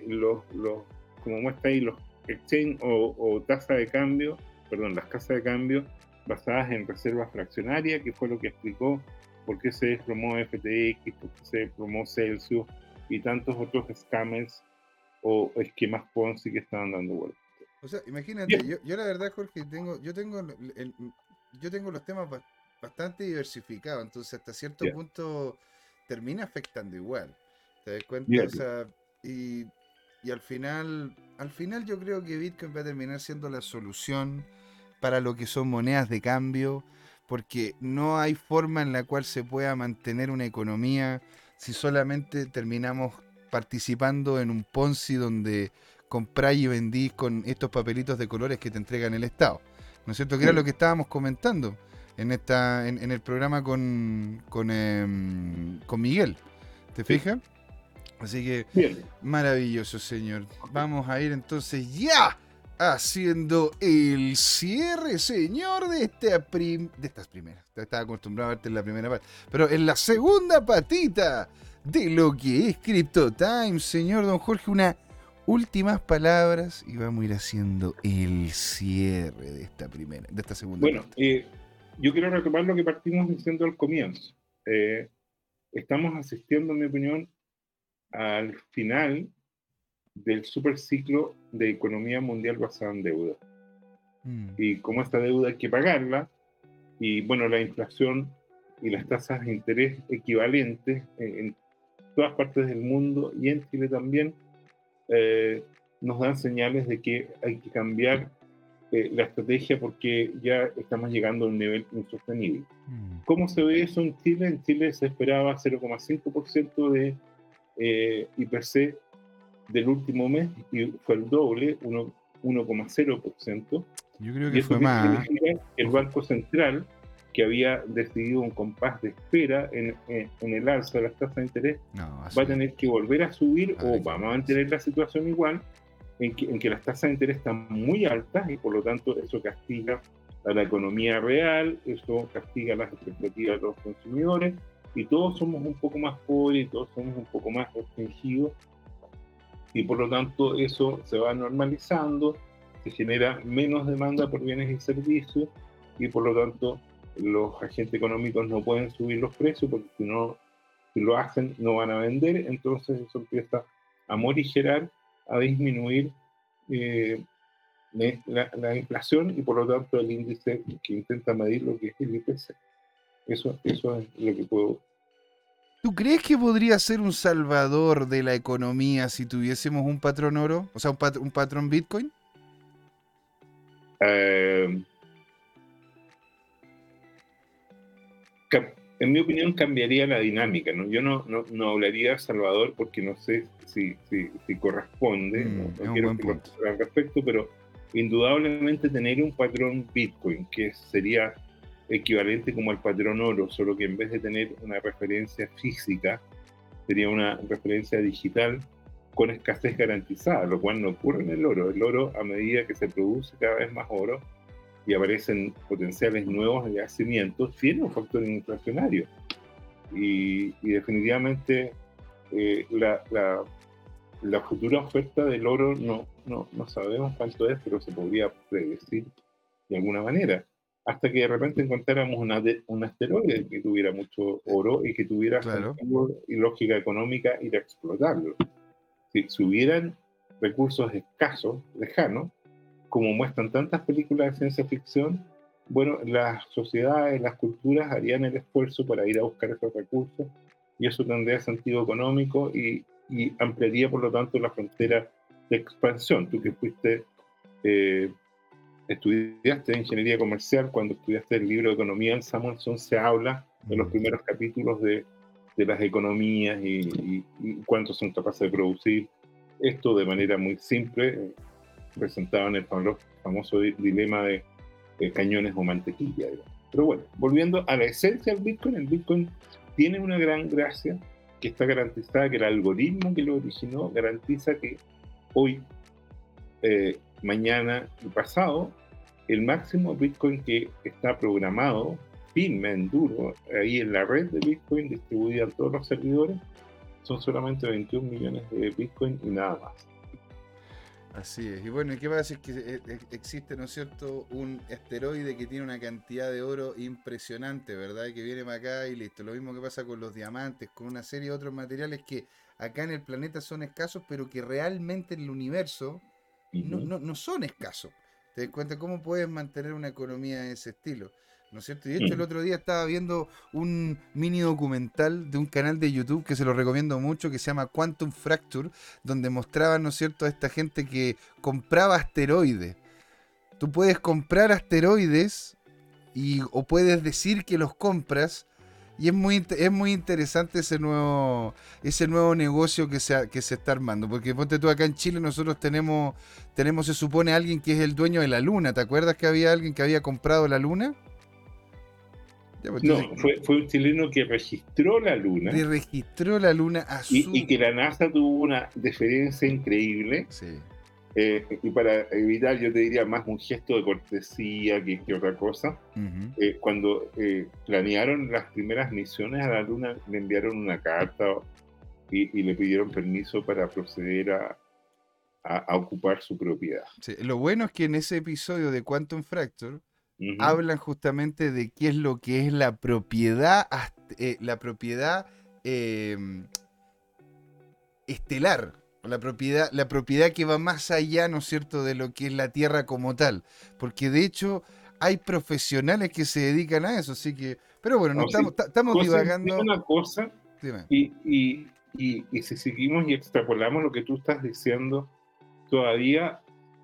como muestra ahí, los exchange o tasa de cambio, perdón, las casas de cambio basadas en reservas fraccionarias, que fue lo que explicó por qué se desplomó FTX, por qué se desplomó Celsius y tantos otros scammers o esquemas Ponzi que estaban dando vueltas. O sea, imagínate, yo la verdad, Jorge, yo tengo los temas bastante diversificados, entonces hasta cierto punto termina afectando igual. ¿Te das cuenta? O sea, y al final yo creo que Bitcoin va a terminar siendo la solución para lo que son monedas de cambio, porque no hay forma en la cual se pueda mantener una economía si solamente terminamos participando en un Ponzi donde compráis y vendís con estos papelitos de colores que te entregan el Estado. ¿No es cierto? Que era lo que estábamos comentando en el programa con Miguel. ¿Te fijas? Así que, maravilloso, señor. Vamos a ir entonces ya haciendo el cierre, señor, de estas primeras. Estaba acostumbrado a verte en la primera parte. Pero en la segunda patita de lo que es Crypto Time, señor don Jorge, unas últimas palabras y vamos a ir haciendo el cierre de esta segunda parte. Yo quiero retomar lo que partimos diciendo al comienzo. Estamos asistiendo, en mi opinión, al final del superciclo de economía mundial basada en deuda. Y como esta deuda hay que pagarla, y bueno, la inflación y las tasas de interés equivalentes en todas partes del mundo y en Chile también, nos dan señales de que hay que cambiar la estrategia porque ya estamos llegando a un nivel insostenible. ¿Cómo se ve eso en Chile? En Chile se esperaba 0,5% de IPC del último mes y fue el doble, 1,0%. Yo creo que fue más. El Banco Central, que había decidido un compás de espera en el alza de las tasas de interés, va a tener que volver a subir o vamos a mantener la situación igual, en que las tasas de interés están muy altas y por lo tanto eso castiga a la economía real, eso castiga las expectativas de los consumidores y todos somos un poco más pobres y todos somos un poco más restringidos y por lo tanto eso se va normalizando, se genera menos demanda por bienes y servicios y por lo tanto los agentes económicos no pueden subir los precios porque si lo hacen no van a vender, entonces eso empieza a morigerar, a disminuir la inflación y por lo tanto el índice que intenta medir lo que es el IPC. Eso es lo que puedo. ¿Tú crees que podría ser un salvador de la economía si tuviésemos un patrón oro? O sea, un patrón Bitcoin. En mi opinión cambiaría la dinámica, ¿no? Yo no hablaría de Salvador porque no sé si corresponde, no quiero que lo al respecto, pero indudablemente tener un patrón Bitcoin que sería equivalente como al patrón oro, solo que en vez de tener una referencia física, sería una referencia digital con escasez garantizada, lo cual no ocurre en el oro. El oro, a medida que se produce cada vez más oro, y aparecen potenciales nuevos de yacimientos, tiene un factor inflacionario. Y definitivamente la futura oferta del oro no sabemos cuánto es, pero se podría predecir de alguna manera. Hasta que de repente encontráramos un asteroide que tuviera mucho oro y que tuviera Claro. sentido y lógica económica ir a explotarlo. Si hubieran recursos escasos, lejanos, como muestran tantas películas de ciencia ficción, bueno, las sociedades, las culturas harían el esfuerzo para ir a buscar esos recursos y eso tendría sentido económico y ampliaría, por lo tanto, la frontera de expansión. Tú que fuiste, estudiaste ingeniería comercial, cuando estudiaste el libro de economía en Samuelson, se habla en los primeros capítulos de las economías y cuánto son capaces de producir. Esto de manera muy simple, presentaban el famoso dilema de cañones o mantequilla. Pero bueno, volviendo a la esencia del Bitcoin, el Bitcoin tiene una gran gracia que está garantizada, que el algoritmo que lo originó garantiza que hoy, mañana y pasado, el máximo Bitcoin que está programado, firme, en duro, ahí en la red de Bitcoin distribuida en todos los servidores, son solamente 21 millones de Bitcoin y nada más. Así es. Y bueno, ¿qué pasa? Es que existe, ¿no es cierto?, un asteroide que tiene una cantidad de oro impresionante, ¿verdad? Y que viene para acá y listo. Lo mismo que pasa con los diamantes, con una serie de otros materiales que acá en el planeta son escasos, pero que realmente en el universo no son escasos. ¿Te das cuenta cómo puedes mantener una economía de ese estilo? ¿No es cierto? Y de hecho el otro día estaba viendo un mini documental de un canal de YouTube que se lo recomiendo mucho, que se llama Quantum Fracture, donde mostraban, ¿no es cierto?, a esta gente que compraba asteroides. Tú puedes comprar asteroides o puedes decir que los compras, y es muy interesante ese nuevo negocio que se está armando. Porque ponte tú, acá en Chile nosotros tenemos se supone alguien que es el dueño de la luna. ¿Te acuerdas que había alguien que había comprado la luna? Ya, pues, no, fue un chileno que registró la luna. Registró la luna a su... y que la NASA tuvo una deferencia increíble. Sí. Y para evitar, yo te diría, más un gesto de cortesía que otra cosa, cuando planearon las primeras misiones a la Luna, le enviaron una carta y le pidieron permiso para proceder a ocupar su propiedad. Sí. Lo bueno es que en ese episodio de Quantum Fracture hablan justamente de qué es lo que es la propiedad estelar. La propiedad que va más allá, ¿no es cierto?, de lo que es la Tierra como tal. Porque de hecho hay profesionales que se dedican a eso, así que... Pero bueno, no, estamos divagando. Una cosa, y si seguimos y extrapolamos lo que tú estás diciendo, todavía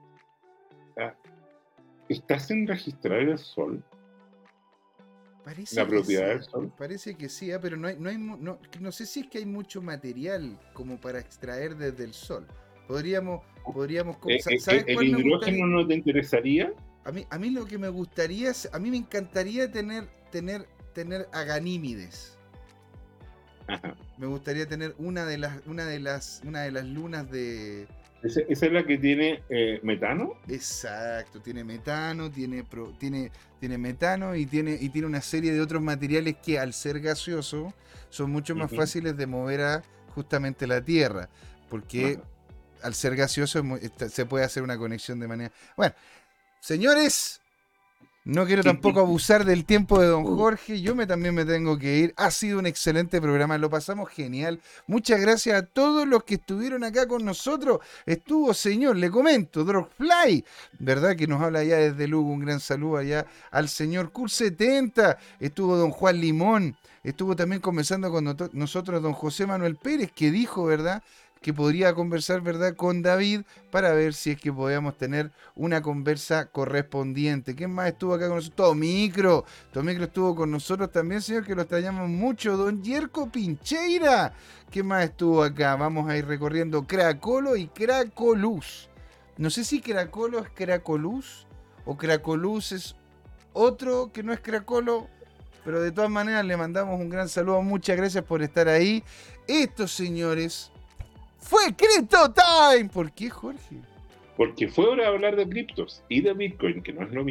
estás en registrar el Sol. Parece la propiedad sí, del Sol. Parece que sí, pero no sé si es que hay mucho material como para extraer desde el Sol. Podríamos ¿sabes ¿El cuál me hidrógeno gustaría? no te interesaría? A mí lo que me gustaría es, a mí me encantaría tener a Ganímedes. Ajá. Me gustaría tener una de las lunas de... ¿Esa es la que tiene metano? Exacto, tiene metano, tiene metano y tiene una serie de otros materiales que al ser gaseoso son mucho más fáciles de mover a justamente la Tierra, porque al ser gaseoso se puede hacer una conexión de manera... Bueno, señores, no quiero tampoco abusar del tiempo de don Jorge. También me tengo que ir. Ha sido un excelente programa. Lo pasamos genial. Muchas gracias a todos los que estuvieron acá con nosotros. Estuvo, señor, le comento, Drogfly, ¿verdad? Que nos habla allá desde Lugo. Un gran saludo allá al señor Cool70. Estuvo don Juan Limón. Estuvo también conversando con nosotros don José Manuel Pérez, que dijo, ¿verdad?, que podría conversar, ¿verdad?, con David para ver si es que podíamos tener una conversa correspondiente. ¿Quién más estuvo acá con nosotros? Tomicro estuvo con nosotros también, señor, que lo extrañamos mucho. Don Yerko Pincheira. ¿Quién más estuvo acá? Vamos a ir recorriendo Cracolo y Cracoluz. No sé si Cracolo es Cracoluz o Cracoluz es otro que no es Cracolo, pero de todas maneras le mandamos un gran saludo. Muchas gracias por estar ahí. Estos señores... ¡Fue Crypto Time! ¿Por qué, Jorge? Porque fue hora de hablar de criptos y de Bitcoin, que no es lo mismo.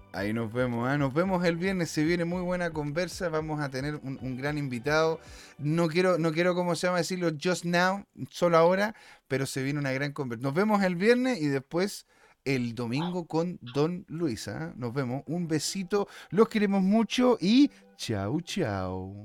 Ahí nos vemos, ¿eh? Nos vemos el viernes, se viene muy buena conversa, vamos a tener un gran invitado. No quiero, ¿cómo se llama decirlo? Just now, solo ahora, pero se viene una gran conversa. Nos vemos el viernes y después el domingo con Don Luis, ¿eh? Nos vemos, un besito, los queremos mucho y chau, chau.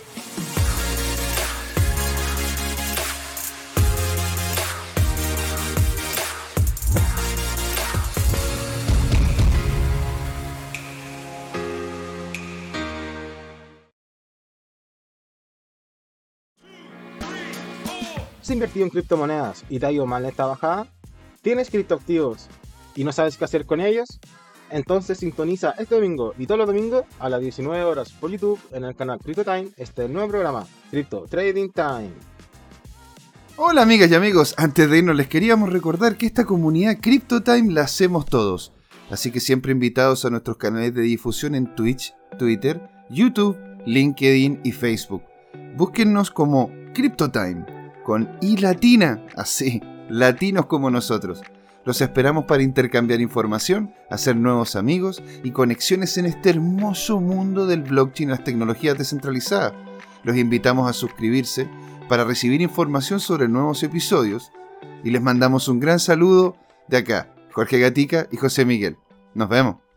¿Has invertido en criptomonedas y te ha ido mal en esta bajada? ¿Tienes criptoactivos y no sabes qué hacer con ellos? Entonces sintoniza este domingo y todos los domingos a las 19 horas por YouTube en el canal CryptoTime nuevo programa, Crypto Trading Time. Hola amigas y amigos, antes de irnos les queríamos recordar que esta comunidad CryptoTime la hacemos todos. Así que siempre invitados a nuestros canales de difusión en Twitch, Twitter, YouTube, LinkedIn y Facebook. Búsquennos como CryptoTime. Con I latina, así, latinos como nosotros. Los esperamos para intercambiar información, hacer nuevos amigos y conexiones en este hermoso mundo del blockchain y las tecnologías descentralizadas. Los invitamos a suscribirse para recibir información sobre nuevos episodios y les mandamos un gran saludo de acá, Jorge Gatica y José Miguel. Nos vemos.